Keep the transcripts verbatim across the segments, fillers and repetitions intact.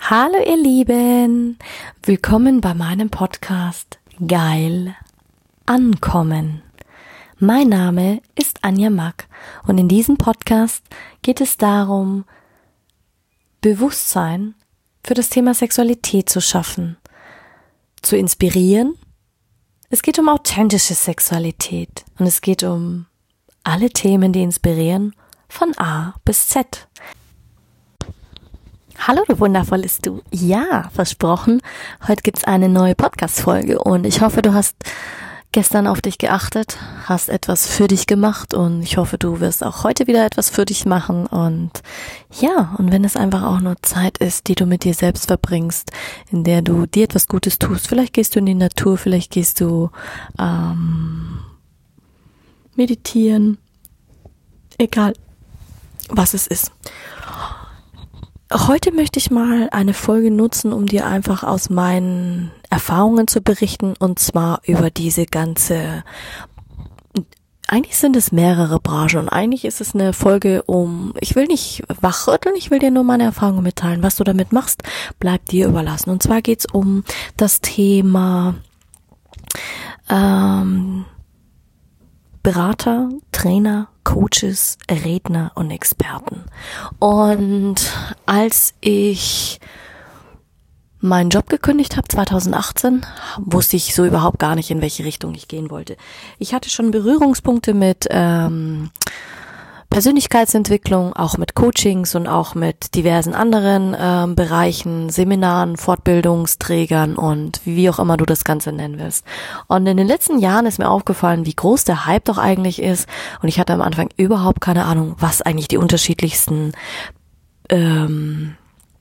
Hallo ihr Lieben, willkommen bei meinem Podcast Geil Ankommen. Mein Name ist Anja Mack und in diesem Podcast geht es darum, Bewusstsein für das Thema Sexualität zu schaffen, zu inspirieren. Es geht um authentische Sexualität und es geht um alle Themen, die inspirieren, von A bis Z. Hallo du wundervolles Du. Ja, versprochen, heute gibt's eine neue Podcast-Folge und ich hoffe, du hast gestern auf dich geachtet, hast etwas für dich gemacht und ich hoffe, du wirst auch heute wieder etwas für dich machen und ja, und wenn es einfach auch nur Zeit ist, die du mit dir selbst verbringst, in der du dir etwas Gutes tust, vielleicht gehst du in die Natur, vielleicht gehst du ähm, meditieren, egal was es ist. Heute möchte ich mal eine Folge nutzen, um dir einfach aus meinen Erfahrungen zu berichten und zwar über diese ganze, eigentlich sind es mehrere Branchen und eigentlich ist es eine Folge um, ich will nicht wachrütteln, ich will dir nur meine Erfahrungen mitteilen. Was du damit machst, bleibt dir überlassen. Und zwar geht's um das Thema ähm, Berater, Trainer, Coaches, Redner und Experten. Und als ich meinen Job gekündigt habe, zwanzig achtzehn, wusste ich so überhaupt gar nicht, in welche Richtung ich gehen wollte. Ich hatte schon Berührungspunkte mit ähm, Persönlichkeitsentwicklung, auch mit Coachings und auch mit diversen anderen ähm, Bereichen, Seminaren, Fortbildungsträgern und wie auch immer du das Ganze nennen willst. Und in den letzten Jahren ist mir aufgefallen, wie groß der Hype doch eigentlich ist. Und ich hatte am Anfang überhaupt keine Ahnung, was eigentlich die unterschiedlichsten ähm,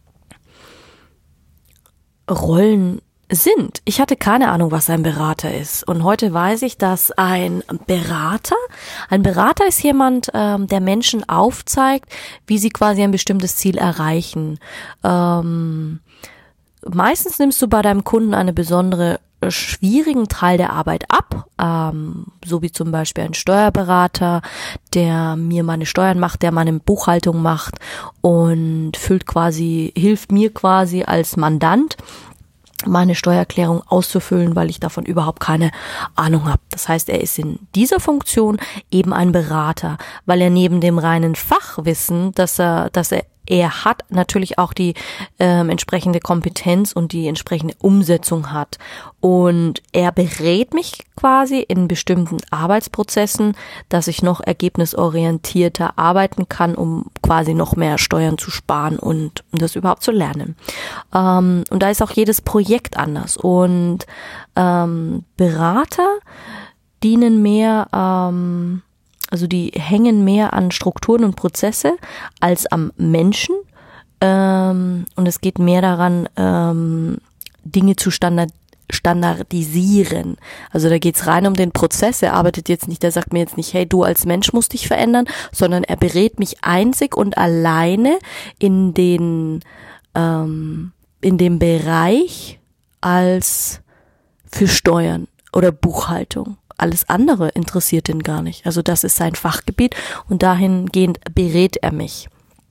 Rollen sind. Ich hatte keine Ahnung, was ein Berater ist. Und heute weiß ich, dass ein Berater, ein Berater ist jemand, ähm, der Menschen aufzeigt, wie sie quasi ein bestimmtes Ziel erreichen. Ähm, meistens nimmst du bei deinem Kunden eine besondere schwierigen Teil der Arbeit ab, ähm, so wie zum Beispiel ein Steuerberater, der mir meine Steuern macht, der meine Buchhaltung macht und füllt quasi, hilft mir quasi als Mandant, meine Steuererklärung auszufüllen, weil ich davon überhaupt keine Ahnung habe. Das heißt, er ist in dieser Funktion eben ein Berater, weil er neben dem reinen Fachwissen, dass er, dass er Er hat natürlich auch die ähm, entsprechende Kompetenz und die entsprechende Umsetzung hat. Und er berät mich quasi in bestimmten Arbeitsprozessen, dass ich noch ergebnisorientierter arbeiten kann, um quasi noch mehr Steuern zu sparen und um das überhaupt zu lernen. Ähm, und da ist auch jedes Projekt anders. Und ähm, Berater dienen mehr ähm, Also die hängen mehr an Strukturen und Prozesse als am Menschen. Ähm, und es geht mehr daran, ähm, Dinge zu standard, standardisieren. Also da geht's rein um den Prozess. Er arbeitet jetzt nicht, der sagt mir jetzt nicht, hey, du als Mensch musst dich verändern, sondern er berät mich einzig und alleine in den ähm, in dem Bereich als für Steuern oder Buchhaltung. Alles andere interessiert ihn gar nicht. Also das ist sein Fachgebiet und dahingehend berät er mich.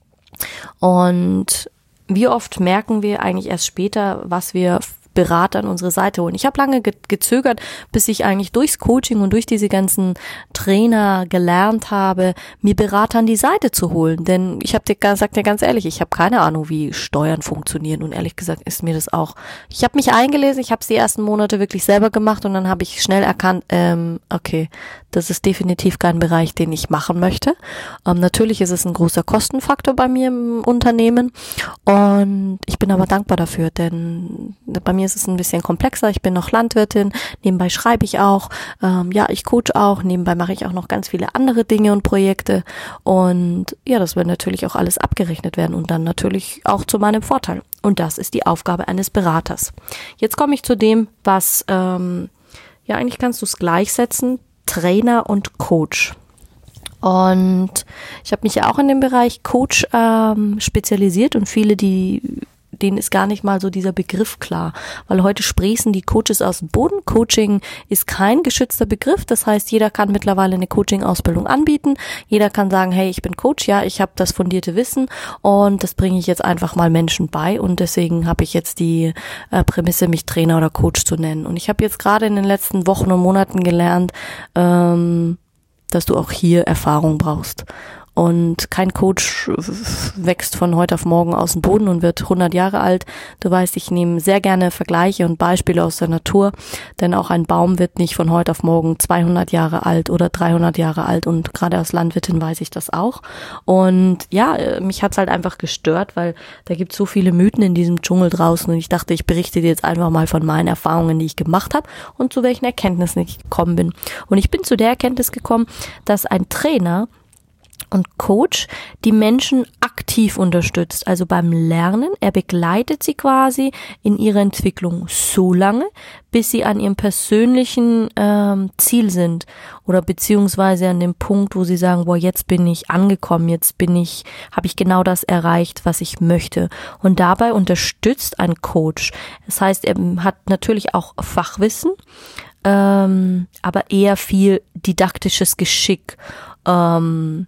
Und wie oft merken wir eigentlich erst später, was wir Berater an unsere Seite holen. Ich habe lange ge- gezögert, bis ich eigentlich durchs Coaching und durch diese ganzen Trainer gelernt habe, mir Berater an die Seite zu holen. Denn ich habe dir gesagt, ja ganz ehrlich, ich habe keine Ahnung, wie Steuern funktionieren und ehrlich gesagt ist mir das auch. Ich habe mich eingelesen, ich habe es die ersten Monate wirklich selber gemacht und dann habe ich schnell erkannt, ähm, okay, das ist definitiv kein Bereich, den ich machen möchte. Ähm, natürlich ist es ein großer Kostenfaktor bei mir im Unternehmen und ich bin aber dankbar dafür, denn bei mir ist es ein bisschen komplexer. Ich bin noch Landwirtin, nebenbei schreibe ich auch, ähm, ja, ich coach auch, nebenbei mache ich auch noch ganz viele andere Dinge und Projekte und ja, das wird natürlich auch alles abgerechnet werden und dann natürlich auch zu meinem Vorteil. Und das ist die Aufgabe eines Beraters. Jetzt komme ich zu dem, was, ähm, ja, eigentlich kannst du es gleichsetzen, Trainer und Coach. Und ich habe mich ja auch in dem Bereich Coach ähm, spezialisiert und viele, die denen ist gar nicht mal so dieser Begriff klar, weil heute sprießen die Coaches aus dem Boden. Coaching ist kein geschützter Begriff, das heißt, jeder kann mittlerweile eine Coaching-Ausbildung anbieten, jeder kann sagen, hey, ich bin Coach, ja, ich habe das fundierte Wissen und das bringe ich jetzt einfach mal Menschen bei und deswegen habe ich jetzt die äh, Prämisse, mich Trainer oder Coach zu nennen. Und ich habe jetzt gerade in den letzten Wochen und Monaten gelernt, ähm, dass du auch hier Erfahrung brauchst. Und kein Coach wächst von heute auf morgen aus dem Boden und wird hundert Jahre alt. Du weißt, ich nehme sehr gerne Vergleiche und Beispiele aus der Natur, denn auch ein Baum wird nicht von heute auf morgen zweihundert Jahre alt oder dreihundert Jahre alt und gerade als Landwirtin weiß ich das auch. Und ja, mich hat's halt einfach gestört, weil da gibt so viele Mythen in diesem Dschungel draußen und ich dachte, ich berichte dir jetzt einfach mal von meinen Erfahrungen, die ich gemacht habe und zu welchen Erkenntnissen ich gekommen bin. Und ich bin zu der Erkenntnis gekommen, dass ein Trainer und Coach die Menschen aktiv unterstützt, also beim Lernen. Er begleitet sie quasi in ihrer Entwicklung so lange, bis sie an ihrem persönlichen ähm, Ziel sind oder beziehungsweise an dem Punkt, wo sie sagen, boah, jetzt bin ich angekommen, jetzt bin ich, habe ich genau das erreicht, was ich möchte. Und dabei unterstützt ein Coach. Das heißt, er hat natürlich auch Fachwissen, ähm, aber eher viel didaktisches Geschick. Ähm,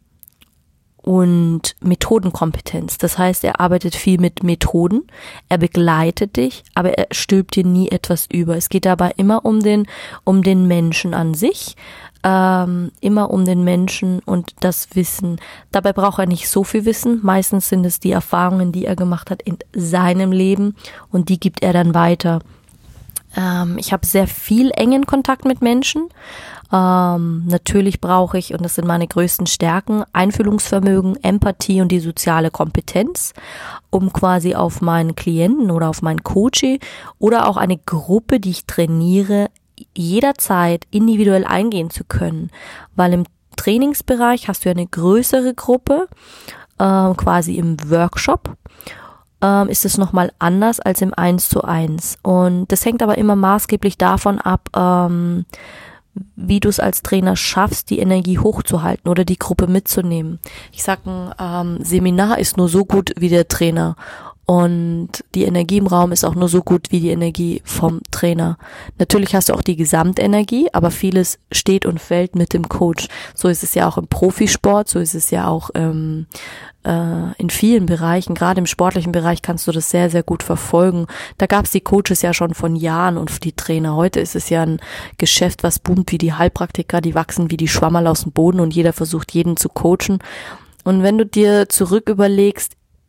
und Methodenkompetenz. Das heißt, er arbeitet viel mit Methoden, er begleitet dich, aber er stülpt dir nie etwas über. Es geht dabei immer um den, um den Menschen an sich, ähm, immer um den Menschen und das Wissen. Dabei braucht er nicht so viel Wissen. Meistens sind es die Erfahrungen, die er gemacht hat in seinem Leben und die gibt er dann weiter. Ähm, ich habe sehr viel engen Kontakt mit Menschen. Ähm, natürlich brauche ich, und das sind meine größten Stärken, Einfühlungsvermögen, Empathie und die soziale Kompetenz, um quasi auf meinen Klienten oder auf meinen Coach oder auch eine Gruppe, die ich trainiere, jederzeit individuell eingehen zu können. Weil im Trainingsbereich hast du ja eine größere Gruppe, äh, quasi im Workshop. Ist es nochmal anders als im eins zu eins. Und das hängt aber immer maßgeblich davon ab, ähm, wie du es als Trainer schaffst, die Energie hochzuhalten oder die Gruppe mitzunehmen. Ich sag, ein ähm, Seminar ist nur so gut wie der Trainer. Und die Energie im Raum ist auch nur so gut wie die Energie vom Trainer. Natürlich hast du auch die Gesamtenergie, aber vieles steht und fällt mit dem Coach. So ist es ja auch im Profisport, so ist es ja auch ähm, äh, in vielen Bereichen. Gerade im sportlichen Bereich kannst du das sehr, sehr gut verfolgen. Da gab es die Coaches ja schon von Jahren und die Trainer. Heute ist es ja ein Geschäft, was boomt wie die Heilpraktiker, die wachsen wie die Schwammerl aus dem Boden und jeder versucht, jeden zu coachen. Und wenn du dir zurück überlegst,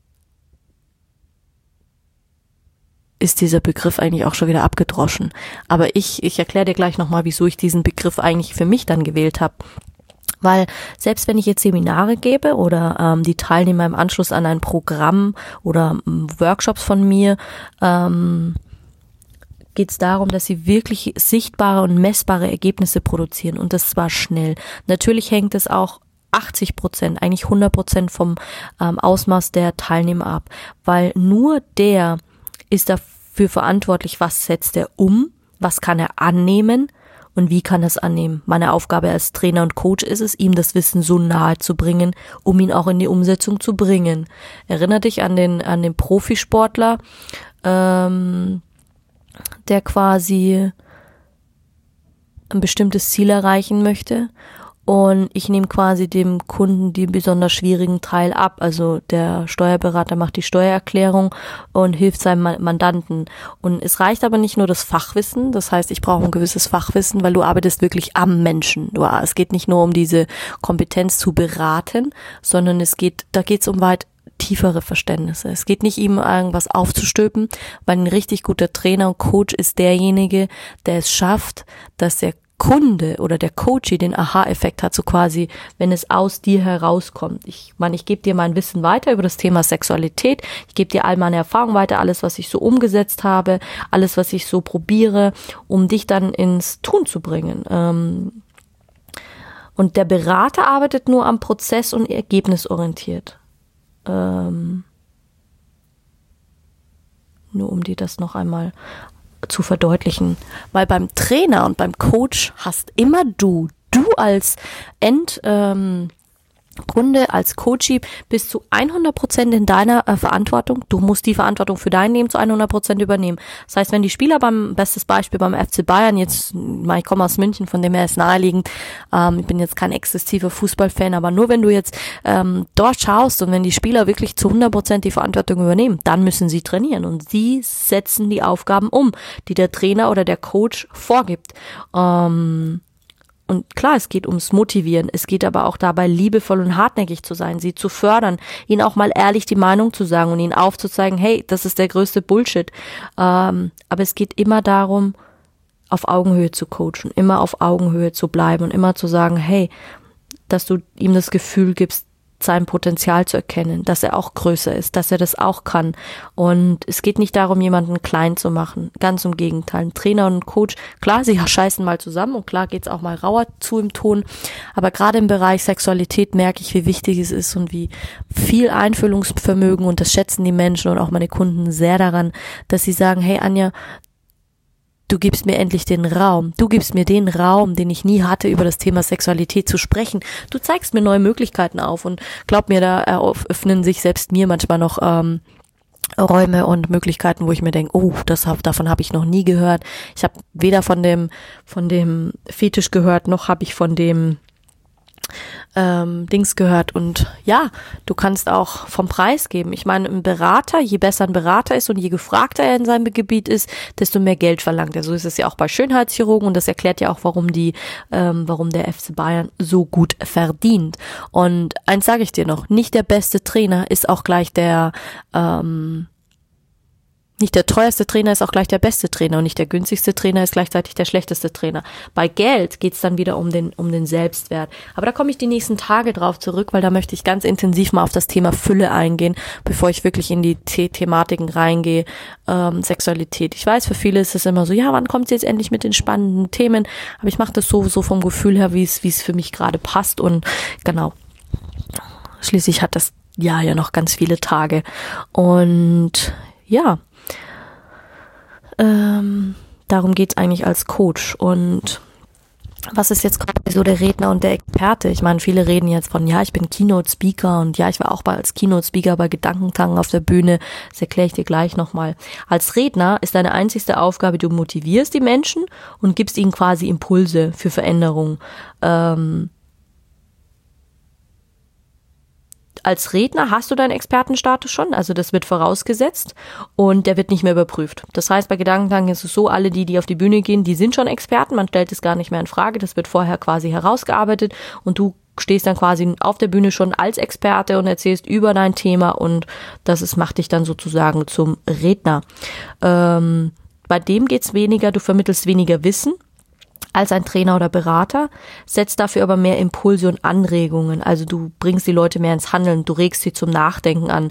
ist dieser Begriff eigentlich auch schon wieder abgedroschen. Aber ich, ich erkläre dir gleich nochmal, wieso ich diesen Begriff eigentlich für mich dann gewählt habe. Weil selbst wenn ich jetzt Seminare gebe oder ähm, die Teilnehmer im Anschluss an ein Programm oder ähm, Workshops von mir, ähm, geht es darum, dass sie wirklich sichtbare und messbare Ergebnisse produzieren und das zwar schnell. Natürlich hängt es auch achtzig Prozent, eigentlich hundert Prozent vom ähm, Ausmaß der Teilnehmer ab, weil nur der ist dafür verantwortlich, was setzt er um, was kann er annehmen und wie kann er es annehmen. Meine Aufgabe als Trainer und Coach ist es, ihm das Wissen so nahe zu bringen, um ihn auch in die Umsetzung zu bringen. Erinner dich an den an den Profisportler, ähm, der quasi ein bestimmtes Ziel erreichen möchte. Und ich nehme quasi dem Kunden den besonders schwierigen Teil ab. Also der Steuerberater macht die Steuererklärung und hilft seinem Mandanten. Und es reicht aber nicht nur das Fachwissen. Das heißt, ich brauche ein gewisses Fachwissen, weil du arbeitest wirklich am Menschen. Du, es geht nicht nur um diese Kompetenz zu beraten, sondern es geht, da geht es um weit tiefere Verständnisse. Es geht nicht ihm irgendwas aufzustülpen, weil ein richtig guter Trainer und Coach ist derjenige, der es schafft, dass der Kunde oder der Coach den Aha-Effekt hat, so quasi, wenn es aus dir herauskommt. Ich meine, ich gebe dir mein Wissen weiter über das Thema Sexualität, ich gebe dir all meine Erfahrungen weiter, alles, was ich so umgesetzt habe, alles, was ich so probiere, um dich dann ins Tun zu bringen. Ähm und der Berater arbeitet nur am Prozess und ergebnisorientiert. Ähm nur um dir das noch einmal zu verdeutlichen, weil beim Trainer und beim Coach hast immer du, du als End, ähm, Grunde als Coachie bist zu hundert Prozent in deiner äh, Verantwortung. Du musst die Verantwortung für dein Leben zu hundert Prozent übernehmen. Das heißt, wenn die Spieler beim, bestes Beispiel beim F C Bayern, jetzt, ich komme aus München, von dem her ist naheliegend, ähm, ich bin jetzt kein exzessiver Fußballfan, aber nur wenn du jetzt ähm, dort schaust und wenn die Spieler wirklich zu hundert Prozent die Verantwortung übernehmen, dann müssen sie trainieren und sie setzen die Aufgaben um, die der Trainer oder der Coach vorgibt. Ähm, Und klar, es geht ums Motivieren, es geht aber auch dabei, liebevoll und hartnäckig zu sein, sie zu fördern, ihnen auch mal ehrlich die Meinung zu sagen und ihnen aufzuzeigen, hey, das ist der größte Bullshit. Ähm, aber es geht immer darum, auf Augenhöhe zu coachen, immer auf Augenhöhe zu bleiben und immer zu sagen, hey, dass du ihm das Gefühl gibst, sein Potenzial zu erkennen, dass er auch größer ist, dass er das auch kann. Und es geht nicht darum, jemanden klein zu machen. Ganz im Gegenteil. Ein Trainer und ein Coach, klar, sie scheißen mal zusammen und klar geht's auch mal rauer zu im Ton. Aber gerade im Bereich Sexualität merke ich, wie wichtig es ist und wie viel Einfühlungsvermögen, und das schätzen die Menschen und auch meine Kunden sehr daran, dass sie sagen, hey Anja, du gibst mir endlich den Raum. Du gibst mir den Raum, den ich nie hatte, über das Thema Sexualität zu sprechen. Du zeigst mir neue Möglichkeiten auf und glaub mir, da öffnen sich selbst mir manchmal noch ähm, Räume und Möglichkeiten, wo ich mir denke, oh, das hab, davon habe ich noch nie gehört. Ich habe weder von dem von dem Fetisch gehört, noch habe ich von dem ähm, Dings gehört. Und ja, du kannst auch vom Preis geben. Ich meine, ein Berater, je besser ein Berater ist und je gefragter er in seinem Gebiet ist, desto mehr Geld verlangt er. So ist es ja auch bei Schönheitschirurgen, und das erklärt ja auch, warum die, ähm, warum der F C Bayern so gut verdient. Und eins sage ich dir noch, nicht der beste Trainer ist auch gleich der ähm, Nicht der teuerste Trainer ist auch gleich der beste Trainer und nicht der günstigste Trainer ist gleichzeitig der schlechteste Trainer. Bei Geld geht's dann wieder um den um den Selbstwert. Aber da komme ich die nächsten Tage drauf zurück, weil da möchte ich ganz intensiv mal auf das Thema Fülle eingehen, bevor ich wirklich in die The- Thematiken reingehe, ähm, Sexualität. Ich weiß, für viele ist es immer so, ja, wann kommt sie jetzt endlich mit den spannenden Themen? Aber ich mache das so so vom Gefühl her, wie es wie es für mich gerade passt, und genau. Schließlich hat das Jahr ja noch ganz viele Tage, und ja, Ähm, darum geht's eigentlich als Coach. Und was ist jetzt gerade so der Redner und der Experte? Ich meine, viele reden jetzt von, ja, ich bin Keynote-Speaker, und ja, ich war auch bei, als Keynote-Speaker bei Gedankentanken auf der Bühne. Das erkläre ich dir gleich nochmal. Als Redner ist deine einzigste Aufgabe, du motivierst die Menschen und gibst ihnen quasi Impulse für Veränderung. Ähm, Als Redner hast du deinen Expertenstatus schon, also das wird vorausgesetzt und der wird nicht mehr überprüft. Das heißt, bei Gedankentanken ist es so, alle die, die auf die Bühne gehen, die sind schon Experten, man stellt es gar nicht mehr in Frage, das wird vorher quasi herausgearbeitet und du stehst dann quasi auf der Bühne schon als Experte und erzählst über dein Thema, und das ist, macht dich dann sozusagen zum Redner. Ähm, bei dem geht's weniger, du vermittelst weniger Wissen als ein Trainer oder Berater, setzt dafür aber mehr Impulse und Anregungen. Also du bringst die Leute mehr ins Handeln, du regst sie zum Nachdenken an.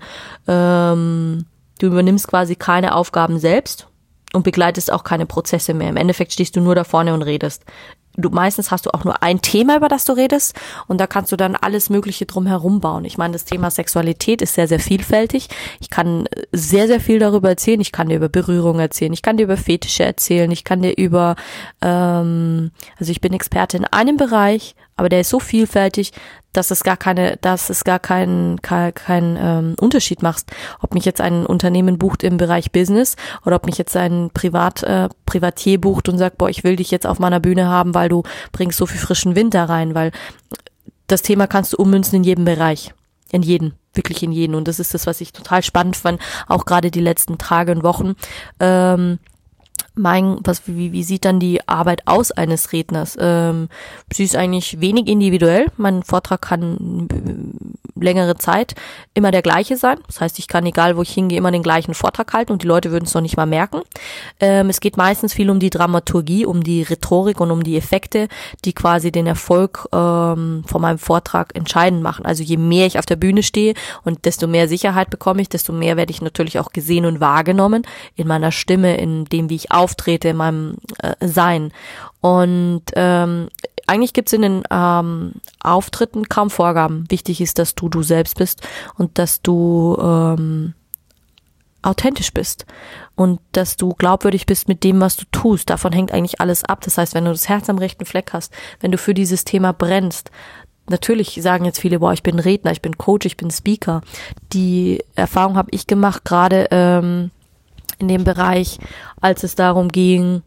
Ähm, du übernimmst quasi keine Aufgaben selbst und begleitest auch keine Prozesse mehr. Im Endeffekt stehst du nur da vorne und redest. Du, meistens hast du auch nur ein Thema, über das du redest, und da kannst du dann alles Mögliche drum herum bauen. Ich meine, das Thema Sexualität ist sehr, sehr vielfältig. Ich kann sehr, sehr viel darüber erzählen. Ich kann dir über Berührung erzählen. Ich kann dir über Fetische erzählen. Ich kann dir über, ähm, also ich bin Experte in einem Bereich, aber der ist so vielfältig, dass es gar keine, dass es gar keinen kein, kein, ähm, Unterschied macht, ob mich jetzt ein Unternehmen bucht im Bereich Business oder ob mich jetzt ein Privat äh, Privatier bucht und sagt, boah, ich will dich jetzt auf meiner Bühne haben, weil du bringst so viel frischen Wind da rein, weil das Thema kannst du ummünzen in jedem Bereich, in jeden, wirklich in jeden, und das ist das, was ich total spannend fand, auch gerade die letzten Tage und Wochen. Ähm, Mein, was, wie, wie sieht dann die Arbeit aus eines Redners? Ähm, sie ist eigentlich wenig individuell. Mein Vortrag kann äh, längere Zeit immer der gleiche sein. Das heißt, ich kann, egal wo ich hingehe, immer den gleichen Vortrag halten und die Leute würden es noch nicht mal merken. Ähm, es geht meistens viel um die Dramaturgie, um die Rhetorik und um die Effekte, die quasi den Erfolg ähm, von meinem Vortrag entscheidend machen. Also je mehr ich auf der Bühne stehe und desto mehr Sicherheit bekomme ich, desto mehr werde ich natürlich auch gesehen und wahrgenommen in meiner Stimme, in dem, wie ich auftrete, in meinem äh, Sein. Und ähm, eigentlich gibt es in den ähm, Auftritten kaum Vorgaben. Wichtig ist, dass du du selbst bist und dass du ähm, authentisch bist und dass du glaubwürdig bist mit dem, was du tust. Davon hängt eigentlich alles ab. Das heißt, wenn du das Herz am rechten Fleck hast, wenn du für dieses Thema brennst, natürlich sagen jetzt viele, boah, ich bin Redner, ich bin Coach, ich bin Speaker. Die Erfahrung habe ich gemacht, gerade ähm, in dem Bereich, als es darum ging,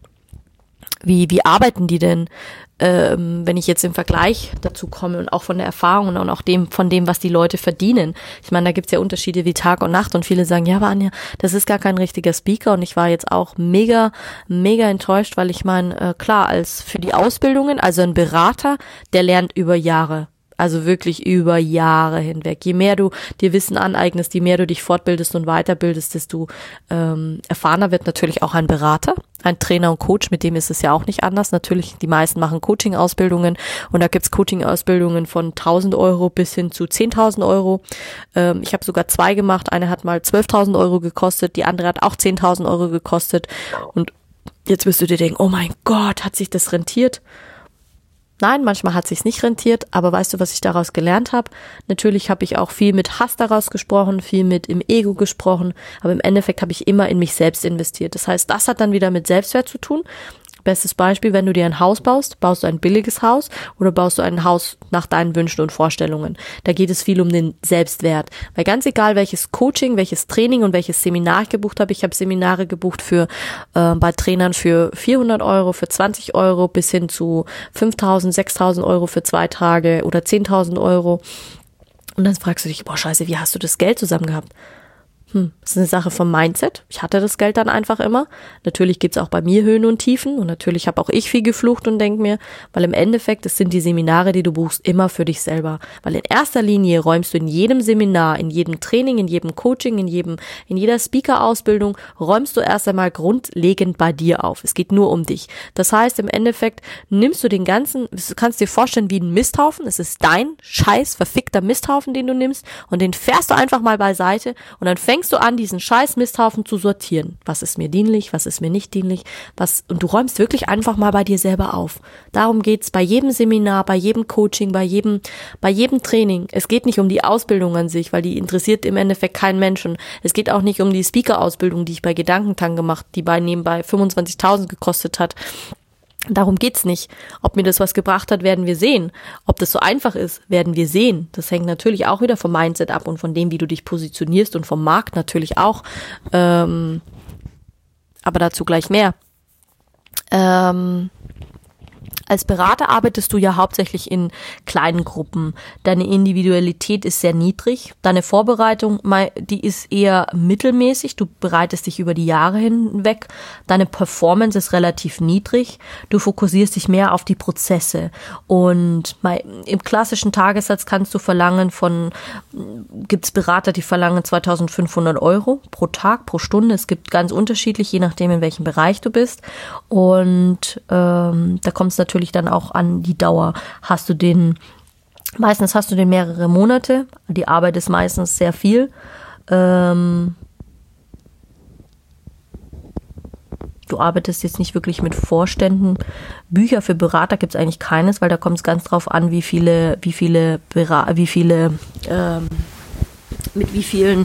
wie wie arbeiten die denn, ähm, wenn ich jetzt im Vergleich dazu komme und auch von der Erfahrung und auch dem von dem, was die Leute verdienen. Ich meine, da gibt's ja Unterschiede wie Tag und Nacht und viele sagen, ja, aber Anja, das ist gar kein richtiger Speaker und ich war jetzt auch mega, mega enttäuscht, weil ich meine, äh, klar, als für die Ausbildungen, also ein Berater, der lernt über Jahre. Also wirklich über Jahre hinweg. Je mehr du dir Wissen aneignest, je mehr du dich fortbildest und weiterbildest, desto ähm, erfahrener wird natürlich auch ein Berater, ein Trainer und Coach, mit dem ist es ja auch nicht anders. Natürlich, die meisten machen Coaching-Ausbildungen und da gibt's Coaching-Ausbildungen von tausend Euro bis hin zu zehntausend Euro. Ähm, ich habe sogar zwei gemacht. Eine hat mal zwölftausend Euro gekostet, die andere hat auch zehntausend Euro gekostet. Und jetzt wirst du dir denken, oh mein Gott, hat sich das rentiert? Nein, manchmal hat sich's nicht rentiert, aber weißt du, was ich daraus gelernt habe? Natürlich habe ich auch viel mit Hass daraus gesprochen, viel mit im Ego gesprochen, aber im Endeffekt habe ich immer in mich selbst investiert. Das heißt, das hat dann wieder mit Selbstwert zu tun. Bestes Beispiel, wenn du dir ein Haus baust, baust du ein billiges Haus oder baust du ein Haus nach deinen Wünschen und Vorstellungen. Da geht es viel um den Selbstwert. Weil ganz egal, welches Coaching, welches Training und welches Seminar ich gebucht habe, ich habe Seminare gebucht für äh, bei Trainern für vierhundert Euro, für zwanzig Euro bis hin zu fünftausend, sechstausend Euro für zwei Tage oder zehntausend Euro. Und dann fragst du dich, boah scheiße, wie hast du das Geld zusammen gehabt? Hm, das ist eine Sache vom Mindset. Ich hatte das Geld dann einfach immer. Natürlich gibt's auch bei mir Höhen und Tiefen und natürlich habe auch ich viel geflucht und denk mir, weil im Endeffekt, es sind die Seminare, die du buchst, immer für dich selber. Weil in erster Linie räumst du in jedem Seminar, in jedem Training, in jedem Coaching, in jedem, in jeder Speaker-Ausbildung, räumst du erst einmal grundlegend bei dir auf. Es geht nur um dich. Das heißt, im Endeffekt nimmst du den ganzen, du kannst dir vorstellen wie ein Misthaufen. Es ist dein scheiß verfickter Misthaufen, den du nimmst und den fährst du einfach mal beiseite und dann fängst Fängst du an, diesen scheiß Misthaufen zu sortieren. Was ist mir dienlich, was ist mir nicht dienlich, was, und du räumst wirklich einfach mal bei dir selber auf. Darum geht's bei jedem Seminar, bei jedem Coaching, bei jedem, bei jedem Training. Es geht nicht um die Ausbildung an sich, weil die interessiert im Endeffekt keinen Menschen. Es geht auch nicht um die Speaker-Ausbildung, die ich bei Gedankentank gemacht, die bei nebenbei fünfundzwanzigtausend gekostet hat. Darum geht's nicht. Ob mir das was gebracht hat, werden wir sehen. Ob das so einfach ist, werden wir sehen. Das hängt natürlich auch wieder vom Mindset ab und von dem, wie du dich positionierst und vom Markt natürlich auch. Ähm, aber dazu gleich mehr. Ähm, Als Berater arbeitest du ja hauptsächlich in kleinen Gruppen. Deine Individualität ist sehr niedrig. Deine Vorbereitung, die ist eher mittelmäßig. Du bereitest dich über die Jahre hinweg. Deine Performance ist relativ niedrig. Du fokussierst dich mehr auf die Prozesse. Und im klassischen Tagessatz kannst du verlangen von, gibt's Berater, die verlangen zweitausendfünfhundert Euro pro Tag, pro Stunde. Es gibt ganz unterschiedlich, je nachdem, in welchem Bereich du bist. Und ähm, da kommt es natürlich dann auch an die Dauer. Hast du den, meistens hast du den mehrere Monate, die Arbeit ist meistens sehr viel. Ähm, du arbeitest jetzt nicht wirklich mit Vorständen. Bücher für Berater gibt es eigentlich keines, weil da kommt es ganz drauf an, wie viele, wie viele, Bera- wie viele, ähm, mit wie vielen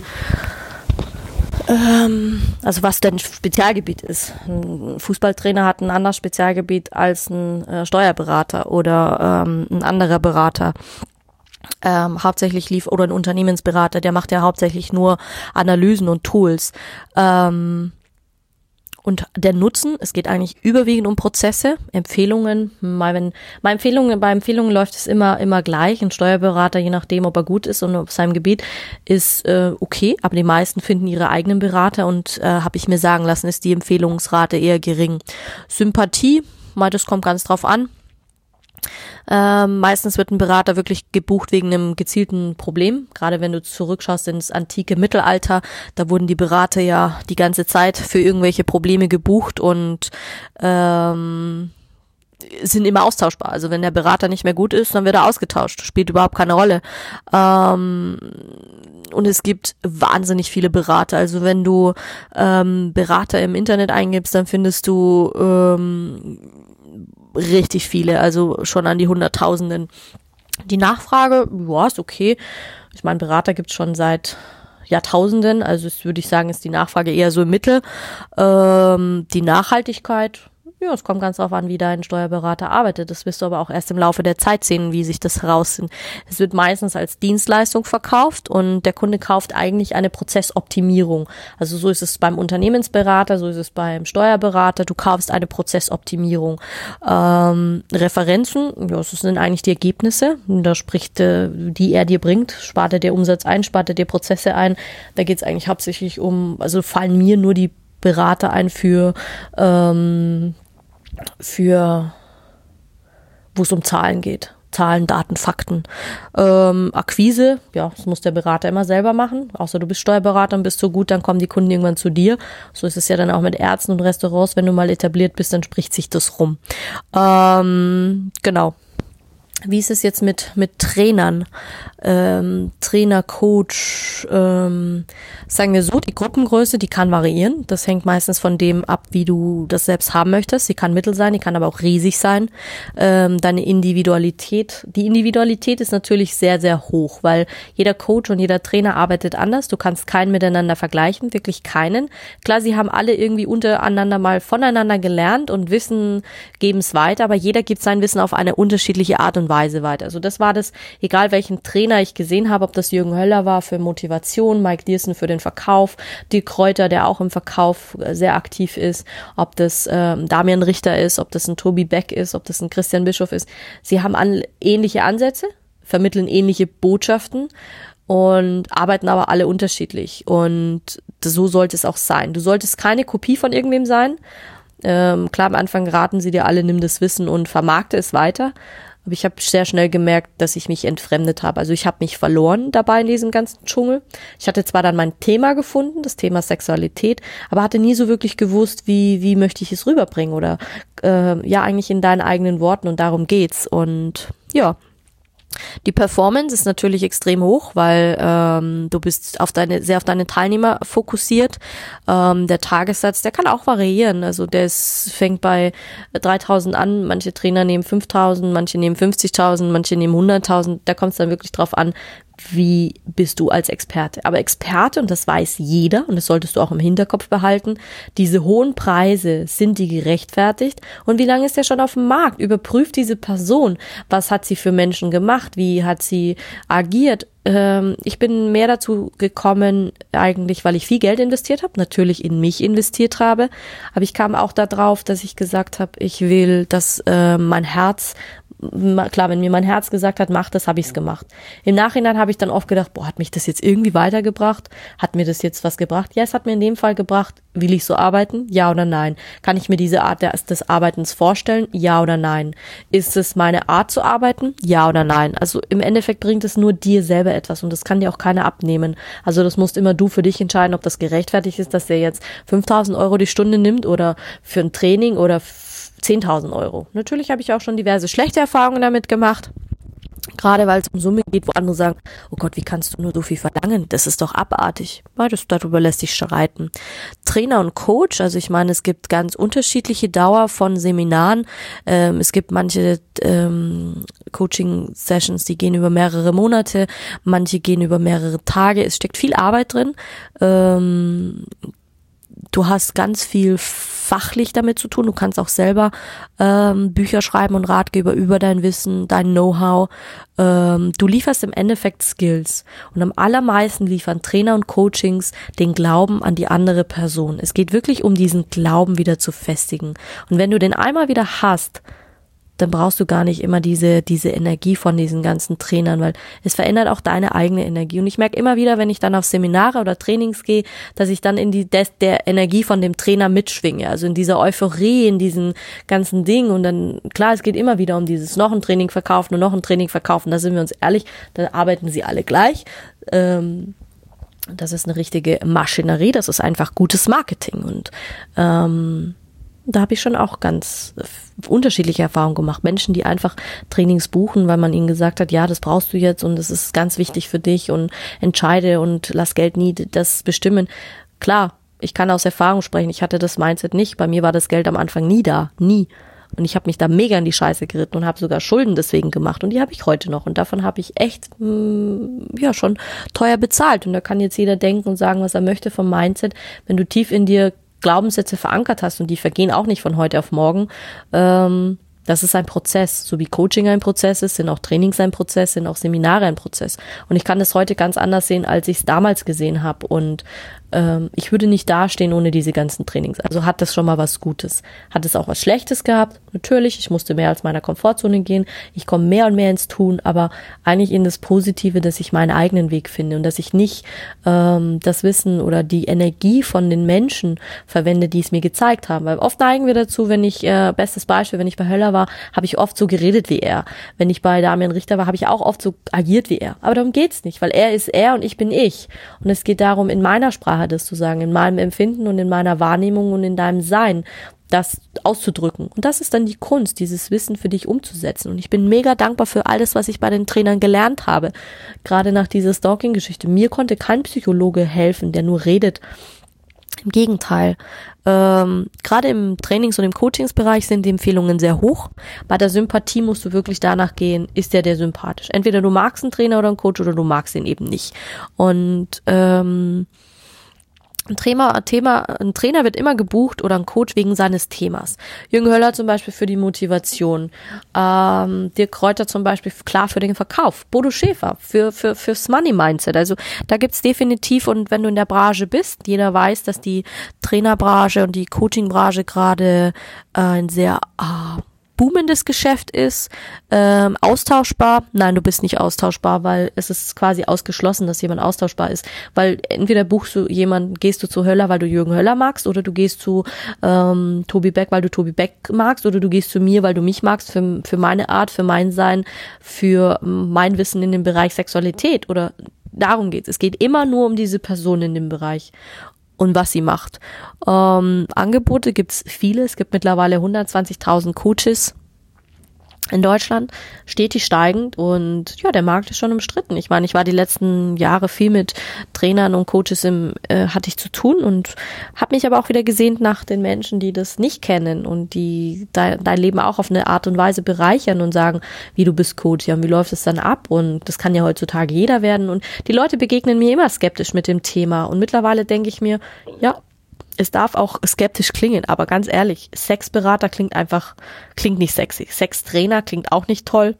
also was dein Spezialgebiet ist. Ein Fußballtrainer hat ein anderes Spezialgebiet als ein äh, Steuerberater oder ähm, ein anderer Berater. Ähm, hauptsächlich lief, oder ein Unternehmensberater, der macht ja hauptsächlich nur Analysen und Tools. Ähm, Und der Nutzen, es geht eigentlich überwiegend um Prozesse, Empfehlungen. Mal wenn, bei Empfehlungen, bei Empfehlungen läuft es immer, immer gleich. Ein Steuerberater, je nachdem, ob er gut ist und auf seinem Gebiet, ist äh, okay. Aber die meisten finden ihre eigenen Berater und äh, habe ich mir sagen lassen, ist die Empfehlungsrate eher gering. Sympathie, mal das kommt ganz drauf an. Ähm, meistens wird ein Berater wirklich gebucht wegen einem gezielten Problem. Gerade wenn du zurückschaust ins antike Mittelalter, da wurden die Berater ja die ganze Zeit für irgendwelche Probleme gebucht und ähm, sind immer austauschbar. Also wenn der Berater nicht mehr gut ist, dann wird er ausgetauscht. Spielt überhaupt keine Rolle. Ähm, und es gibt wahnsinnig viele Berater. Also wenn du ähm, Berater im Internet eingibst, dann findest du ähm, richtig viele, also schon an die Hunderttausenden. Die Nachfrage, ja, ist okay. Ich meine, Berater gibt's schon seit Jahrtausenden, also das würde ich sagen, ist die Nachfrage eher so im Mittel. Ähm, die Nachhaltigkeit, Ja, es kommt ganz drauf an, wie dein Steuerberater arbeitet. Das wirst du aber auch erst im Laufe der Zeit sehen, wie sich das herausfindet. Es wird meistens als Dienstleistung verkauft und der Kunde kauft eigentlich eine Prozessoptimierung. Also so ist es beim Unternehmensberater, so ist es beim Steuerberater. Du kaufst eine Prozessoptimierung. Ähm, Referenzen, ja, das sind eigentlich die Ergebnisse. Da spricht, äh, die er dir bringt. Spart er dir Umsatz ein, spart er dir Prozesse ein. Da geht es eigentlich hauptsächlich um, also fallen mir nur die Berater ein für, ähm, für, wo es um Zahlen geht. Zahlen, Daten, Fakten. Ähm, Akquise, ja, das muss der Berater immer selber machen. Außer du bist Steuerberater und bist so gut, dann kommen die Kunden irgendwann zu dir. So ist es ja dann auch mit Ärzten und Restaurants. Wenn du mal etabliert bist, dann spricht sich das rum. Ähm, genau. Wie ist es jetzt mit mit Trainern, ähm, Trainer, Coach, ähm, sagen wir so, die Gruppengröße, die kann variieren. Das hängt meistens von dem ab, wie du das selbst haben möchtest. Sie kann mittel sein, die kann aber auch riesig sein. Ähm, deine Individualität, die Individualität ist natürlich sehr, sehr hoch, weil jeder Coach und jeder Trainer arbeitet anders. Du kannst keinen miteinander vergleichen, wirklich keinen. Klar, sie haben alle irgendwie untereinander mal voneinander gelernt und Wissen geben es weiter, aber jeder gibt sein Wissen auf eine unterschiedliche Art und Weise weiter. Also das war das, egal welchen Trainer ich gesehen habe, ob das Jürgen Höller war für Motivation, Mike Diersen für den Verkauf, Dirk Kräuter, der auch im Verkauf sehr aktiv ist, ob das ähm, Damian Richter ist, ob das ein Tobi Beck ist, ob das ein Christian Bischof ist. Sie haben an, ähnliche Ansätze, vermitteln ähnliche Botschaften und arbeiten aber alle unterschiedlich. Und so sollte es auch sein. Du solltest keine Kopie von irgendwem sein. Ähm, klar, am Anfang raten sie dir alle, nimm das Wissen und vermarkte es weiter. Aber ich habe sehr schnell gemerkt, dass ich mich entfremdet habe. Also ich habe mich verloren dabei in diesem ganzen Dschungel. Ich hatte zwar dann mein Thema gefunden, das Thema Sexualität, aber hatte nie so wirklich gewusst, wie wie möchte ich es rüberbringen oder äh, ja eigentlich in deinen eigenen Worten, und darum geht's. Und ja, die Performance ist natürlich extrem hoch, weil ähm, du bist auf deine sehr auf deine Teilnehmer fokussiert. Ähm, der Tagessatz, der kann auch variieren. Also der ist, fängt bei dreitausend an. Manche Trainer nehmen fünftausend, manche nehmen fünfzigtausend, manche nehmen hunderttausend. Da kommt es dann wirklich drauf an, wie bist du als Experte. Aber Experte, und das weiß jeder, und das solltest du auch im Hinterkopf behalten, diese hohen Preise, sind die gerechtfertigt? Und wie lange ist der schon auf dem Markt? Überprüft diese Person, was hat sie für Menschen gemacht, wie hat sie agiert? Ähm, ich bin mehr dazu gekommen, eigentlich, weil ich viel Geld investiert habe, natürlich in mich investiert habe, aber ich kam auch darauf, dass ich gesagt habe, ich will, dass äh, mein Herz, klar, wenn mir mein Herz gesagt hat, mach das, habe ich es gemacht. Im Nachhinein habe ich dann oft gedacht, boah, hat mich das jetzt irgendwie weitergebracht? Hat mir das jetzt was gebracht? Ja, es hat mir in dem Fall gebracht. Will ich so arbeiten? Ja oder nein? Kann ich mir diese Art des, des Arbeitens vorstellen? Ja oder nein? Ist es meine Art zu arbeiten? Ja oder nein? Also im Endeffekt bringt es nur dir selber etwas und das kann dir auch keiner abnehmen. Also das musst immer du für dich entscheiden, ob das gerechtfertigt ist, dass der jetzt fünftausend Euro die Stunde nimmt oder für ein Training oder zehntausend Euro. Natürlich habe ich auch schon diverse schlechte Erfahrungen damit gemacht. Gerade weil es um Summen geht, wo andere sagen, oh Gott, wie kannst du nur so viel verlangen? Das ist doch abartig. Ja, das, darüber lässt sich streiten. Trainer und Coach, also ich meine, es gibt ganz unterschiedliche Dauer von Seminaren. Ähm, es gibt manche ähm, Coaching-Sessions, die gehen über mehrere Monate, manche gehen über mehrere Tage. Es steckt viel Arbeit drin. Ähm, Du hast ganz viel fachlich damit zu tun. Du kannst auch selber ähm, Bücher schreiben und Ratgeber über dein Wissen, dein Know-how. Ähm, du lieferst im Endeffekt Skills. Und am allermeisten liefern Trainer und Coachings den Glauben an die andere Person. Es geht wirklich um diesen Glauben wieder zu festigen. Und wenn du den einmal wieder hast, dann brauchst du gar nicht immer diese diese Energie von diesen ganzen Trainern, weil es verändert auch deine eigene Energie. Und ich merke immer wieder, wenn ich dann auf Seminare oder Trainings gehe, dass ich dann in die des, der Energie von dem Trainer mitschwinge, also in dieser Euphorie, in diesen ganzen Dingen. Und dann, klar, es geht immer wieder um dieses noch ein Training verkaufen und noch ein Training verkaufen. Da sind wir uns ehrlich, da arbeiten sie alle gleich. Ähm, das ist eine richtige Maschinerie, das ist einfach gutes Marketing. Und ähm, da habe ich schon auch ganz unterschiedliche Erfahrungen gemacht. Menschen, die einfach Trainings buchen, weil man ihnen gesagt hat, ja, das brauchst du jetzt und das ist ganz wichtig für dich und entscheide und lass Geld nie das bestimmen. Klar, ich kann aus Erfahrung sprechen, ich hatte das Mindset nicht. Bei mir war das Geld am Anfang nie da, nie. Und ich habe mich da mega in die Scheiße geritten und habe sogar Schulden deswegen gemacht. Und die habe ich heute noch. Und davon habe ich echt mh, ja schon teuer bezahlt. Und da kann jetzt jeder denken und sagen, was er möchte vom Mindset. Wenn du tief in dir Glaubenssätze verankert hast und die vergehen auch nicht von heute auf morgen, ähm, das ist ein Prozess. So wie Coaching ein Prozess ist, sind auch Trainings ein Prozess, sind auch Seminare ein Prozess. Und ich kann das heute ganz anders sehen, als ich es damals gesehen habe. Und ähm, ich würde nicht dastehen ohne diese ganzen Trainings. Also hat das schon mal was Gutes. Hat es auch was Schlechtes gehabt? Natürlich, ich musste mehr als meiner Komfortzone gehen. Ich komme mehr und mehr ins Tun, aber eigentlich in das Positive, dass ich meinen eigenen Weg finde und dass ich nicht ähm, das Wissen oder die Energie von den Menschen verwende, die es mir gezeigt haben. Weil oft neigen wir dazu, wenn ich, äh, bestes Beispiel, wenn ich bei Höller war, habe ich oft so geredet wie er. Wenn ich bei Damian Richter war, habe ich auch oft so agiert wie er. Aber darum geht's nicht, weil er ist er und ich bin ich. Und es geht darum, in meiner Sprache das zu sagen, in meinem Empfinden und in meiner Wahrnehmung und in deinem Sein, das auszudrücken. Und das ist dann die Kunst, dieses Wissen für dich umzusetzen. Und ich bin mega dankbar für alles, was ich bei den Trainern gelernt habe. Gerade nach dieser Stalking-Geschichte. Mir konnte kein Psychologe helfen, der nur redet. Im Gegenteil. Ähm, gerade im Trainings- und im Coachingsbereich sind die Empfehlungen sehr hoch. Bei der Sympathie musst du wirklich danach gehen, ist der der sympathisch. Entweder du magst einen Trainer oder einen Coach oder du magst ihn eben nicht. Und ähm, Ein Thema, Thema, ein Trainer wird immer gebucht oder ein Coach wegen seines Themas. Jürgen Höller zum Beispiel für die Motivation, ähm, Dirk Kräuter zum Beispiel klar für den Verkauf, Bodo Schäfer für für fürs Money Mindset. Also da gibt's definitiv, und wenn du in der Branche bist, jeder weiß, dass die Trainerbranche und die Coachingbranche gerade äh, ein sehr äh, boomendes Geschäft ist, ähm, austauschbar. Nein, du bist nicht austauschbar, weil es ist quasi ausgeschlossen, dass jemand austauschbar ist, weil entweder buchst du jemanden, gehst du zu Höller, weil du Jürgen Höller magst, oder du gehst zu ähm, Tobi Beck, weil du Tobi Beck magst, oder du gehst zu mir, weil du mich magst, für, für meine Art, für mein Sein, für mein Wissen in dem Bereich Sexualität, oder darum geht's. Es geht immer nur um diese Person in dem Bereich und was sie macht. Ähm, Angebote gibt's viele. Es gibt mittlerweile hundertzwanzigtausend Coaches in Deutschland, stetig steigend, und ja, der Markt ist schon umstritten. Ich meine, ich war die letzten Jahre viel mit Trainern und Coaches im, äh, hatte ich zu tun, und habe mich aber auch wieder gesehnt nach den Menschen, die das nicht kennen und die dein, dein Leben auch auf eine Art und Weise bereichern und sagen, wie du bist Coach, ja, und wie läuft es dann ab? Und das kann ja heutzutage jeder werden, und die Leute begegnen mir immer skeptisch mit dem Thema, und mittlerweile denke ich mir, ja, es darf auch skeptisch klingen, aber ganz ehrlich, Sexberater klingt einfach, klingt nicht sexy. Sextrainer klingt auch nicht toll.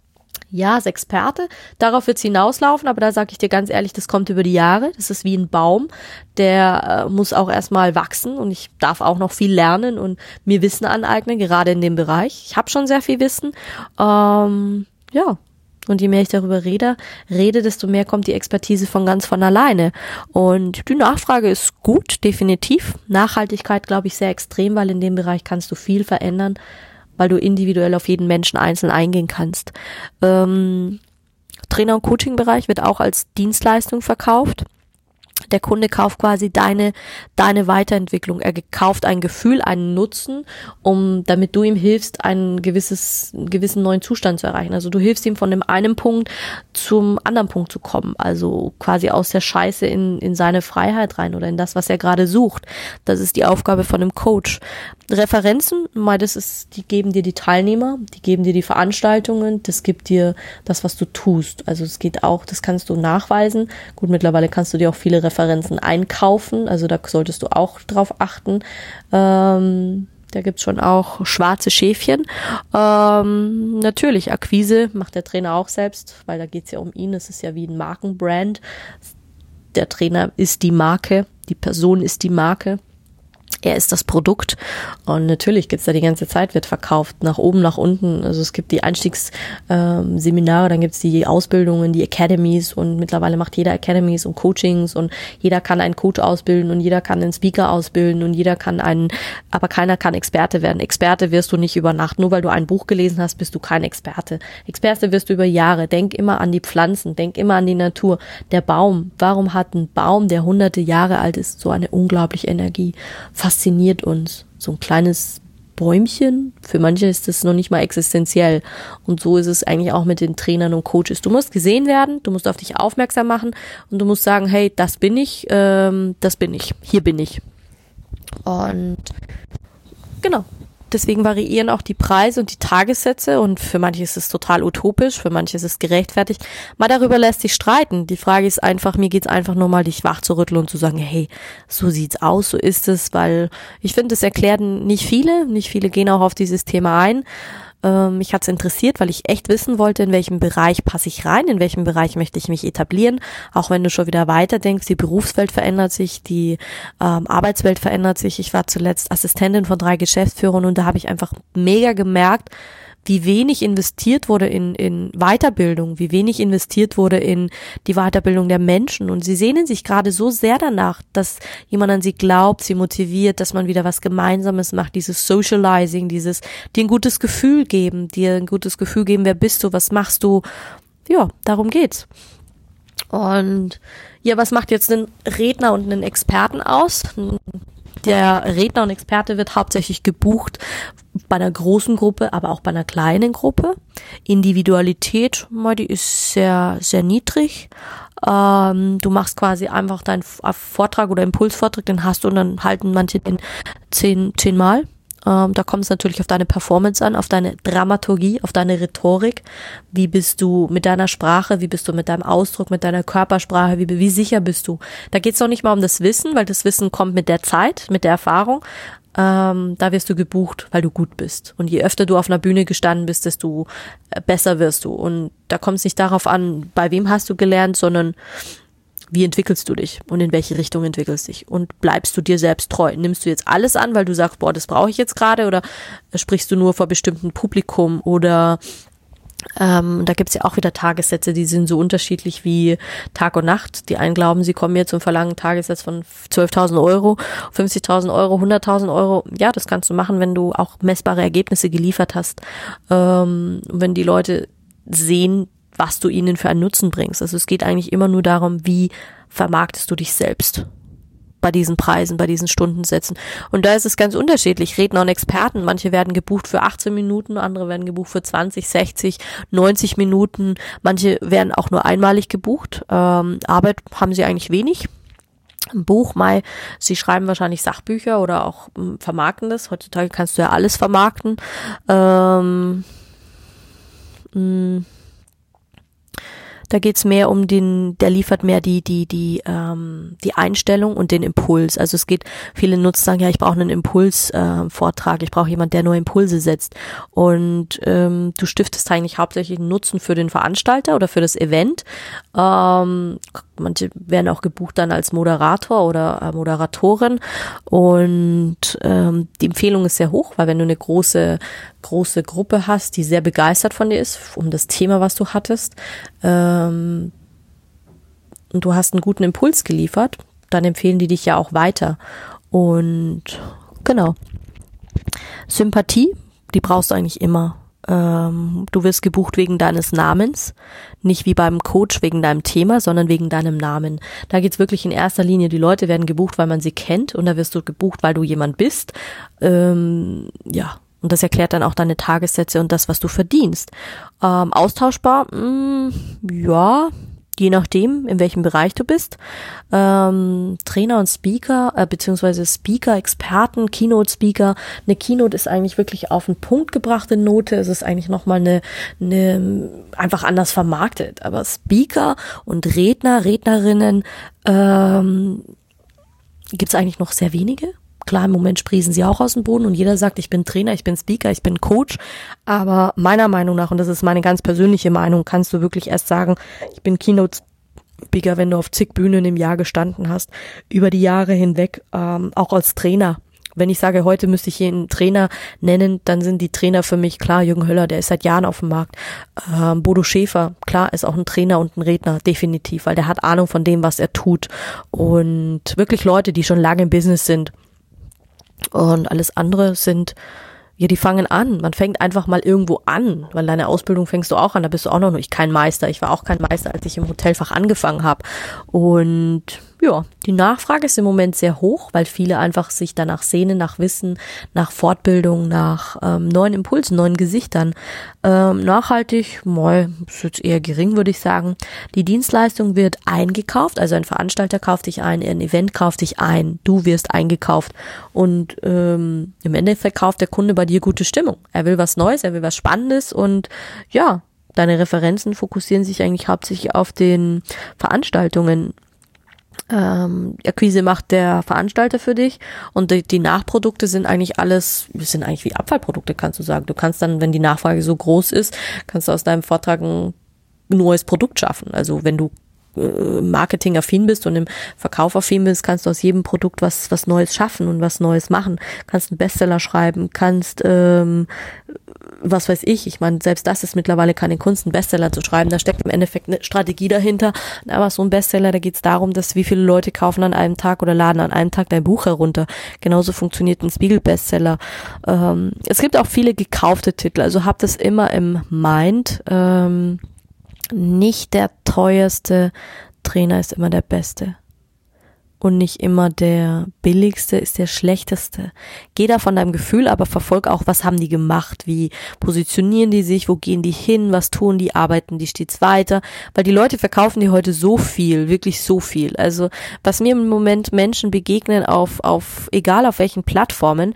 Ja, Sexperte, darauf wird's hinauslaufen, aber da sage ich dir ganz ehrlich, das kommt über die Jahre. Das ist wie ein Baum, der äh, muss auch erstmal wachsen, und ich darf auch noch viel lernen und mir Wissen aneignen, gerade in dem Bereich. Ich habe schon sehr viel Wissen. Ähm, ja. Und je mehr ich darüber rede, rede, desto mehr kommt die Expertise von ganz von alleine. Und die Nachfrage ist gut, definitiv. Nachhaltigkeit, glaube ich, sehr extrem, weil in dem Bereich kannst du viel verändern, weil du individuell auf jeden Menschen einzeln eingehen kannst. Ähm, Trainer- und Coaching-Bereich wird auch als Dienstleistung verkauft. Der Kunde kauft quasi deine deine Weiterentwicklung. Er kauft ein Gefühl, einen Nutzen, um damit du ihm hilfst, einen gewisses einen gewissen neuen Zustand zu erreichen. Also du hilfst ihm von dem einen Punkt zum anderen Punkt zu kommen. Also quasi aus der Scheiße in in seine Freiheit rein oder in das, was er gerade sucht. Das ist die Aufgabe von einem Coach. Referenzen, mal das ist, die geben dir die Teilnehmer, die geben dir die Veranstaltungen, das gibt dir das, was du tust. Also es geht auch, das kannst du nachweisen. Gut, mittlerweile kannst du dir auch viele Referenzen einkaufen, also da solltest du auch drauf achten. Ähm, da gibt's schon auch schwarze Schäfchen. Ähm, natürlich, Akquise macht der Trainer auch selbst, weil da geht's ja um ihn. Es ist ja wie ein Markenbrand. Der Trainer ist die Marke, die Person ist die Marke. Er ist das Produkt, und natürlich gibt's da die ganze Zeit, wird verkauft, nach oben, nach unten. Also es gibt die Einstiegsseminare, ähm, dann gibt's die Ausbildungen, die Academies, und mittlerweile macht jeder Academies und Coachings, und jeder kann einen Coach ausbilden und jeder kann einen Speaker ausbilden und jeder kann einen, aber keiner kann Experte werden. Experte wirst du nicht über Nacht, nur weil du ein Buch gelesen hast, bist du kein Experte. Experte wirst du über Jahre. Denk immer an die Pflanzen, denk immer an die Natur. Der Baum, warum hat ein Baum, der hunderte Jahre alt ist, so eine unglaubliche Energie? Fasziniert uns. So ein kleines Bäumchen, für manche ist das noch nicht mal existenziell. Und so ist es eigentlich auch mit den Trainern und Coaches. Du musst gesehen werden, du musst auf dich aufmerksam machen, und du musst sagen, hey, das bin ich, ähm, das bin ich, hier bin ich. Und genau, deswegen variieren auch die Preise und die Tagessätze und für manche ist es total utopisch, für manche ist es gerechtfertigt. Mal darüber lässt sich streiten. Die Frage ist einfach, mir geht's einfach nur mal, dich wach zu rütteln und zu sagen, hey, so sieht's aus, so ist es, weil ich finde, das erklären nicht viele, nicht viele gehen auch auf dieses Thema ein. Ähm, mich hat's interessiert, weil ich echt wissen wollte, in welchem Bereich passe ich rein, in welchem Bereich möchte ich mich etablieren, auch wenn du schon wieder weiter denkst, die Berufswelt verändert sich, die ähm, Arbeitswelt verändert sich. Ich war zuletzt Assistentin von drei Geschäftsführern und da habe ich einfach mega gemerkt, wie wenig investiert wurde in, in Weiterbildung, wie wenig investiert wurde in die Weiterbildung der Menschen. Und sie sehnen sich gerade so sehr danach, dass jemand an sie glaubt, sie motiviert, dass man wieder was Gemeinsames macht, dieses Socializing, dieses dir ein gutes Gefühl geben, dir ein gutes Gefühl geben, wer bist du, was machst du. Ja, darum geht's. Und ja, was macht jetzt einen Redner und einen Experten aus? Der Redner und Experte wird hauptsächlich gebucht bei einer großen Gruppe, aber auch bei einer kleinen Gruppe. Individualität, die ist sehr, sehr niedrig. Ähm, du machst quasi einfach deinen Vortrag oder Impulsvortrag, den hast du und dann halten manche den zehn, zehnmal. Ähm, da kommt es natürlich auf deine Performance an, auf deine Dramaturgie, auf deine Rhetorik. Wie bist du mit deiner Sprache, wie bist du mit deinem Ausdruck, mit deiner Körpersprache, wie, wie sicher bist du? Da geht es noch nicht mal um das Wissen, weil das Wissen kommt mit der Zeit, mit der Erfahrung. Ähm, da wirst du gebucht, weil du gut bist. Und je öfter du auf einer Bühne gestanden bist, desto besser wirst du. Und da kommt es nicht darauf an, bei wem hast du gelernt, sondern wie entwickelst du dich und in welche Richtung entwickelst du dich und bleibst du dir selbst treu? Nimmst du jetzt alles an, weil du sagst, boah, das brauche ich jetzt gerade, oder sprichst du nur vor bestimmten Publikum, oder ähm, da gibt's ja auch wieder Tagessätze, die sind so unterschiedlich wie Tag und Nacht. Die einen glauben, sie kommen jetzt und verlangen einen Tagessatz von zwölftausend Euro, fünfzigtausend Euro, hunderttausend Euro. Ja, das kannst du machen, wenn du auch messbare Ergebnisse geliefert hast. Ähm, wenn die Leute sehen, was du ihnen für einen Nutzen bringst. Also es geht eigentlich immer nur darum, wie vermarktest du dich selbst bei diesen Preisen, bei diesen Stundensätzen. Und da ist es ganz unterschiedlich. Redner und Experten, manche werden gebucht für achtzehn Minuten, andere werden gebucht für zwanzig, sechzig, neunzig Minuten. Manche werden auch nur einmalig gebucht. Ähm, Arbeit haben sie eigentlich wenig. Ein Buch, Mai, sie schreiben wahrscheinlich Sachbücher oder auch ähm, vermarkten das. Heutzutage kannst du ja alles vermarkten. Ähm, mh, Da geht's mehr um den, der liefert mehr die die die ähm, die Einstellung und den Impuls. Also es geht, viele nutzen sagen, ja, ich brauche einen Impulsvortrag, äh, ich brauche jemand, der nur Impulse setzt. Und ähm, du stiftest eigentlich hauptsächlich einen Nutzen für den Veranstalter oder für das Event. Ähm, manche werden auch gebucht dann als Moderator oder äh, Moderatorin. Und ähm, die Empfehlung ist sehr hoch, weil wenn du eine große große Gruppe hast, die sehr begeistert von dir ist, um das Thema, was du hattest, ähm, und du hast einen guten Impuls geliefert, dann empfehlen die dich ja auch weiter. Und genau. Sympathie, die brauchst du eigentlich immer. Ähm, du wirst gebucht wegen deines Namens, nicht wie beim Coach wegen deinem Thema, sondern wegen deinem Namen. Da geht's wirklich in erster Linie, die Leute werden gebucht, weil man sie kennt, und da wirst du gebucht, weil du jemand bist. Ähm, ja, und das erklärt dann auch deine Tagessätze und das, was du verdienst. Ähm, austauschbar, mh, ja, je nachdem, in welchem Bereich du bist. Ähm, Trainer und Speaker, äh, beziehungsweise Speaker, Experten, Keynote-Speaker. Eine Keynote ist eigentlich wirklich auf den Punkt gebrachte Note. Es ist eigentlich nochmal eine, eine, einfach anders vermarktet. Aber Speaker und Redner, Rednerinnen, ähm, gibt's eigentlich noch sehr wenige. Klar, im Moment sprießen sie auch aus dem Boden und jeder sagt, ich bin Trainer, ich bin Speaker, ich bin Coach. Aber meiner Meinung nach, und das ist meine ganz persönliche Meinung, kannst du wirklich erst sagen, ich bin Keynote-Speaker, wenn du auf zig Bühnen im Jahr gestanden hast, über die Jahre hinweg, ähm, auch als Trainer. Wenn ich sage, heute müsste ich hier einen Trainer nennen, dann sind die Trainer für mich, klar, Jürgen Höller, der ist seit Jahren auf dem Markt. Ähm, Bodo Schäfer, klar, ist auch ein Trainer und ein Redner, definitiv, weil der hat Ahnung von dem, was er tut. Und wirklich Leute, die schon lange im Business sind. Und alles andere sind, ja, die fangen an. Man fängt einfach mal irgendwo an, weil deine Ausbildung fängst du auch an. Da bist du auch noch nicht kein Meister. Ich war auch kein Meister, als ich im Hotelfach angefangen habe. Und ja, die Nachfrage ist im Moment sehr hoch, weil viele einfach sich danach sehnen, nach Wissen, nach Fortbildung, nach ähm, neuen Impulsen, neuen Gesichtern. Ähm, nachhaltig, mal, ist jetzt eher gering, würde ich sagen. Die Dienstleistung wird eingekauft, also ein Veranstalter kauft dich ein, ein Event kauft dich ein, du wirst eingekauft und ähm, im Endeffekt kauft der Kunde bei dir gute Stimmung. Er will was Neues, er will was Spannendes und ja, deine Referenzen fokussieren sich eigentlich hauptsächlich auf den Veranstaltungen. Ähm, Akquise macht der Veranstalter für dich und die, die Nachprodukte sind eigentlich alles, sind eigentlich wie Abfallprodukte, kannst du sagen. Du kannst dann, wenn die Nachfrage so groß ist, kannst du aus deinem Vortrag ein neues Produkt schaffen. Also wenn du äh, marketingaffin bist und im Verkauf affin bist, kannst du aus jedem Produkt was was Neues schaffen und was Neues machen. Kannst einen Bestseller schreiben, kannst ähm, was weiß ich, ich meine, selbst das ist mittlerweile keine Kunst, einen Bestseller zu schreiben, da steckt im Endeffekt eine Strategie dahinter, aber so ein Bestseller, da geht es darum, dass wie viele Leute kaufen an einem Tag oder laden an einem Tag dein Buch herunter. Genauso funktioniert ein Spiegel-Bestseller. Ähm, es gibt auch viele gekaufte Titel, also habt das immer im Mind. Ähm, nicht der teuerste Trainer ist immer der beste. Und nicht immer der billigste ist der schlechteste. Geh da von deinem Gefühl, aber verfolg auch, was haben die gemacht, wie positionieren die sich, wo gehen die hin, was tun die, arbeiten die stets weiter, weil die Leute verkaufen dir heute so viel, wirklich so viel. Also was mir im Moment Menschen begegnen auf, auf egal auf welchen Plattformen,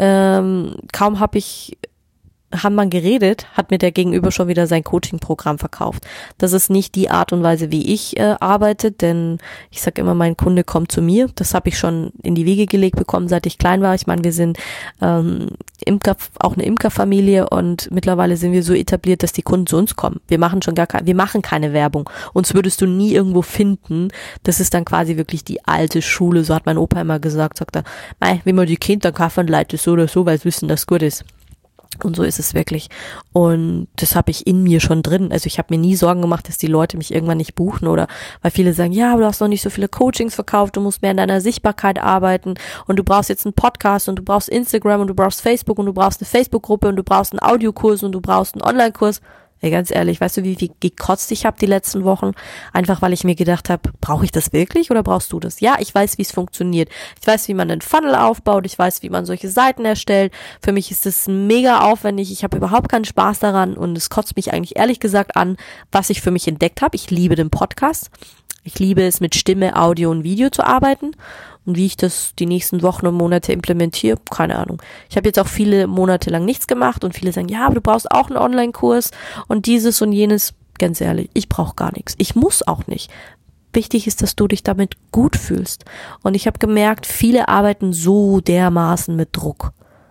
ähm, kaum habe ich haben man geredet, hat mir der Gegenüber schon wieder sein Coaching-Programm verkauft. Das ist nicht die Art und Weise, wie ich äh, arbeite, denn ich sage immer, mein Kunde kommt zu mir. Das habe ich schon in die Wege gelegt bekommen, seit ich klein war. Ich meine, wir sind ähm, Imker, auch eine Imkerfamilie und mittlerweile sind wir so etabliert, dass die Kunden zu uns kommen. Wir machen schon gar keine, wir machen keine Werbung. Uns würdest du nie irgendwo finden. Das ist dann quasi wirklich die alte Schule. So hat mein Opa immer gesagt, sagt er, mei, wenn man die Kinder kaufen, leitet so oder so, weil sie wissen, dass es gut ist. Und so ist es wirklich. Und das habe ich in mir schon drin. Also ich habe mir nie Sorgen gemacht, dass die Leute mich irgendwann nicht buchen oder weil viele sagen, ja, aber du hast noch nicht so viele Coachings verkauft, du musst mehr an deiner Sichtbarkeit arbeiten und du brauchst jetzt einen Podcast und du brauchst Instagram und du brauchst Facebook und du brauchst eine Facebook-Gruppe und du brauchst einen Audiokurs und du brauchst einen Online-Kurs. Ey, ganz ehrlich, weißt du, wie viel gekotzt ich habe die letzten Wochen? Einfach, weil ich mir gedacht habe, brauche ich das wirklich oder brauchst du das? Ja, ich weiß, wie es funktioniert. Ich weiß, wie man einen Funnel aufbaut. Ich weiß, wie man solche Seiten erstellt. Für mich ist es mega aufwendig. Ich habe überhaupt keinen Spaß daran und es kotzt mich eigentlich ehrlich gesagt an, was ich für mich entdeckt habe. Ich liebe den Podcast. Ich liebe es, mit Stimme, Audio und Video zu arbeiten. Und wie ich das die nächsten Wochen und Monate implementiere, keine Ahnung. Ich habe jetzt auch viele Monate lang nichts gemacht und viele sagen, ja, aber du brauchst auch einen Online-Kurs und dieses und jenes. Ganz ehrlich, ich brauche gar nichts. Ich muss auch nicht. Wichtig ist, dass du dich damit gut fühlst. Und ich habe gemerkt, viele arbeiten so dermaßen mit Druck.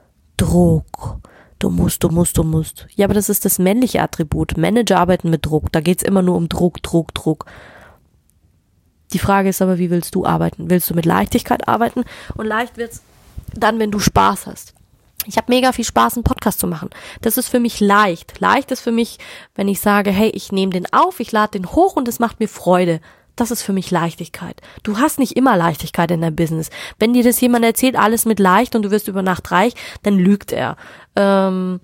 Druck. Du musst, du musst, du musst. Ja, aber das ist das männliche Attribut. Manager arbeiten mit Druck. Da geht's immer nur um Druck, Druck, Druck. Die Frage ist aber, wie willst du arbeiten? Willst du mit Leichtigkeit arbeiten? Und leicht wird's dann, wenn du Spaß hast. Ich habe mega viel Spaß, einen Podcast zu machen. Das ist für mich leicht. Leicht ist für mich, wenn ich sage, hey, ich nehme den auf, ich lade den hoch und es macht mir Freude. Das ist für mich Leichtigkeit. Du hast nicht immer Leichtigkeit in deinem Business. Wenn dir das jemand erzählt, alles mit leicht und du wirst über Nacht reich, dann lügt er. Ähm,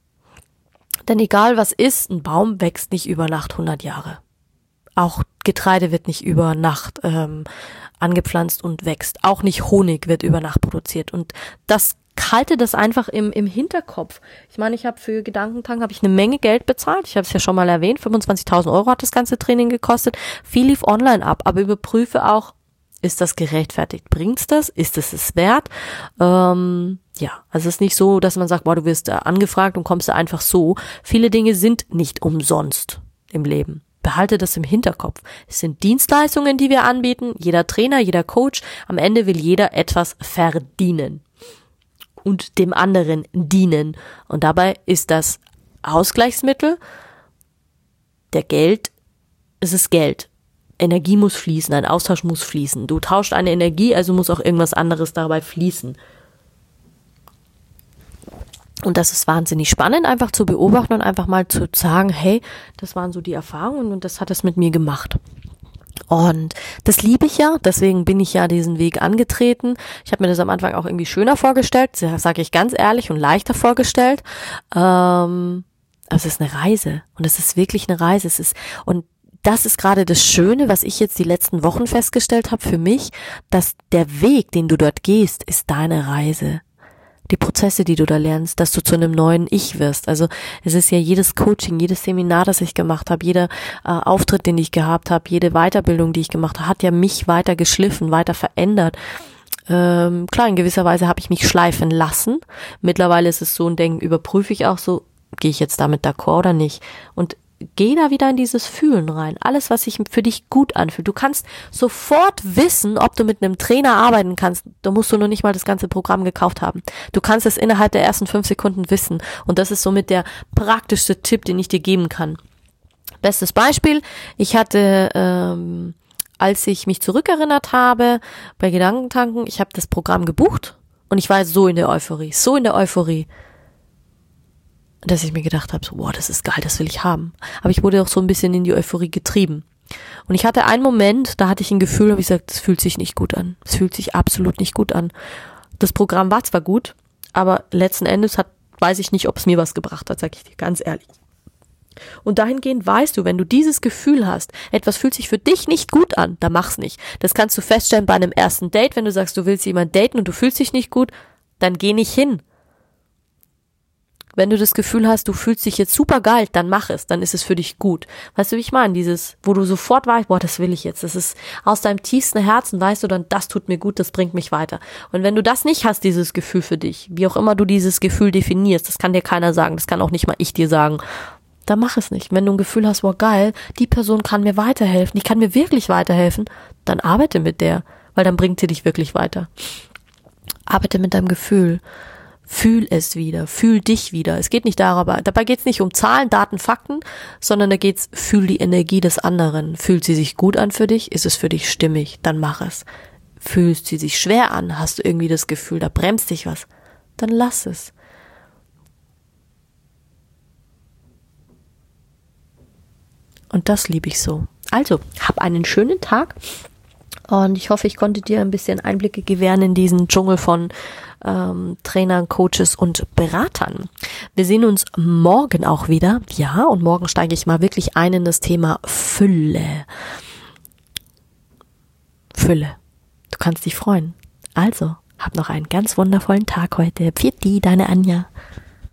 denn egal was ist, ein Baum wächst nicht über Nacht hundert Jahre. Auch Getreide wird nicht über Nacht ähm, angepflanzt und wächst. Auch nicht Honig wird über Nacht produziert. Und das halte das einfach im im Hinterkopf. Ich meine, ich habe für Gedankentanken habe ich eine Menge Geld bezahlt. Ich habe es ja schon mal erwähnt. fünfundzwanzigtausend Euro hat das ganze Training gekostet. Viel lief online ab. Aber überprüfe auch, ist das gerechtfertigt? Bringt's das? Ist es es wert? Ähm, ja, also es ist nicht so, dass man sagt, boah, du wirst äh, angefragt und kommst da einfach so. Viele Dinge sind nicht umsonst im Leben. Behalte das im Hinterkopf. Es sind Dienstleistungen, die wir anbieten. Jeder Trainer, jeder Coach. Am Ende will jeder etwas verdienen und dem anderen dienen. Und dabei ist das Ausgleichsmittel der Geld, es ist Geld. Energie muss fließen, ein Austausch muss fließen. Du tauscht eine Energie, also muss auch irgendwas anderes dabei fließen. Und das ist wahnsinnig spannend, einfach zu beobachten und einfach mal zu sagen, hey, das waren so die Erfahrungen und das hat es mit mir gemacht. Und das liebe ich ja, deswegen bin ich ja diesen Weg angetreten. Ich habe mir das am Anfang auch irgendwie schöner vorgestellt, sage ich ganz ehrlich, und leichter vorgestellt. Ähm, also es ist eine Reise und es ist wirklich eine Reise. Es ist und das ist gerade das Schöne, was ich jetzt die letzten Wochen festgestellt habe für mich, dass der Weg, den du dort gehst, ist deine Reise. Die Prozesse, die du da lernst, dass du zu einem neuen Ich wirst. Also es ist ja jedes Coaching, jedes Seminar, das ich gemacht habe, jeder äh, Auftritt, den ich gehabt habe, jede Weiterbildung, die ich gemacht habe, hat ja mich weiter geschliffen, weiter verändert. Ähm, klar, in gewisser Weise habe ich mich schleifen lassen. Mittlerweile ist es so ein Denken, überprüfe ich auch so, gehe ich jetzt damit d'accord oder nicht? Und geh da wieder in dieses Fühlen rein. Alles, was sich für dich gut anfühlt. Du kannst sofort wissen, ob du mit einem Trainer arbeiten kannst. Da musst du nur nicht mal das ganze Programm gekauft haben. Du kannst es innerhalb der ersten fünf Sekunden wissen. Und das ist somit der praktischste Tipp, den ich dir geben kann. Bestes Beispiel, ich hatte, ähm, als ich mich zurückerinnert habe, bei Gedankentanken, ich habe das Programm gebucht und ich war so in der Euphorie, so in der Euphorie, dass ich mir gedacht habe, so, wow, das ist geil, das will ich haben. Aber ich wurde auch so ein bisschen in die Euphorie getrieben. Und ich hatte einen Moment, da hatte ich ein Gefühl, habe ich gesagt, es fühlt sich nicht gut an. Es fühlt sich absolut nicht gut an. Das Programm war zwar gut, aber letzten Endes hat, weiß ich nicht, ob es mir was gebracht hat, sag ich dir ganz ehrlich. Und dahingehend weißt du, wenn du dieses Gefühl hast, etwas fühlt sich für dich nicht gut an, dann mach's nicht. Das kannst du feststellen bei einem ersten Date, wenn du sagst, du willst jemanden daten und du fühlst dich nicht gut, dann geh nicht hin. Wenn du das Gefühl hast, du fühlst dich jetzt super geil, dann mach es, dann ist es für dich gut. Weißt du, wie ich meine? Dieses, wo du sofort weißt, boah, das will ich jetzt. Das ist aus deinem tiefsten Herzen, weißt du dann, das tut mir gut, das bringt mich weiter. Und wenn du das nicht hast, dieses Gefühl für dich, wie auch immer du dieses Gefühl definierst, das kann dir keiner sagen, das kann auch nicht mal ich dir sagen, dann mach es nicht. Wenn du ein Gefühl hast, boah, geil, die Person kann mir weiterhelfen, die kann mir wirklich weiterhelfen, dann arbeite mit der, weil dann bringt sie dich wirklich weiter. Arbeite mit deinem Gefühl. Fühl es wieder, fühl dich wieder. Es geht nicht darüber, dabei geht es nicht um Zahlen, Daten, Fakten, sondern da geht's, fühl die Energie des anderen. Fühlt sie sich gut an für dich? Ist es für dich stimmig? Dann mach es. Fühlst sie sich schwer an? Hast du irgendwie das Gefühl, da bremst dich was? Dann lass es. Und das liebe ich so. Also, hab einen schönen Tag. Und ich hoffe, ich konnte dir ein bisschen Einblicke gewähren in diesen Dschungel von ähm, Trainern, Coaches und Beratern. Wir sehen uns morgen auch wieder. Ja, und morgen steige ich mal wirklich ein in das Thema Fülle. Fülle. Du kannst dich freuen. Also, hab noch einen ganz wundervollen Tag heute. Pfiat die, deine Anja.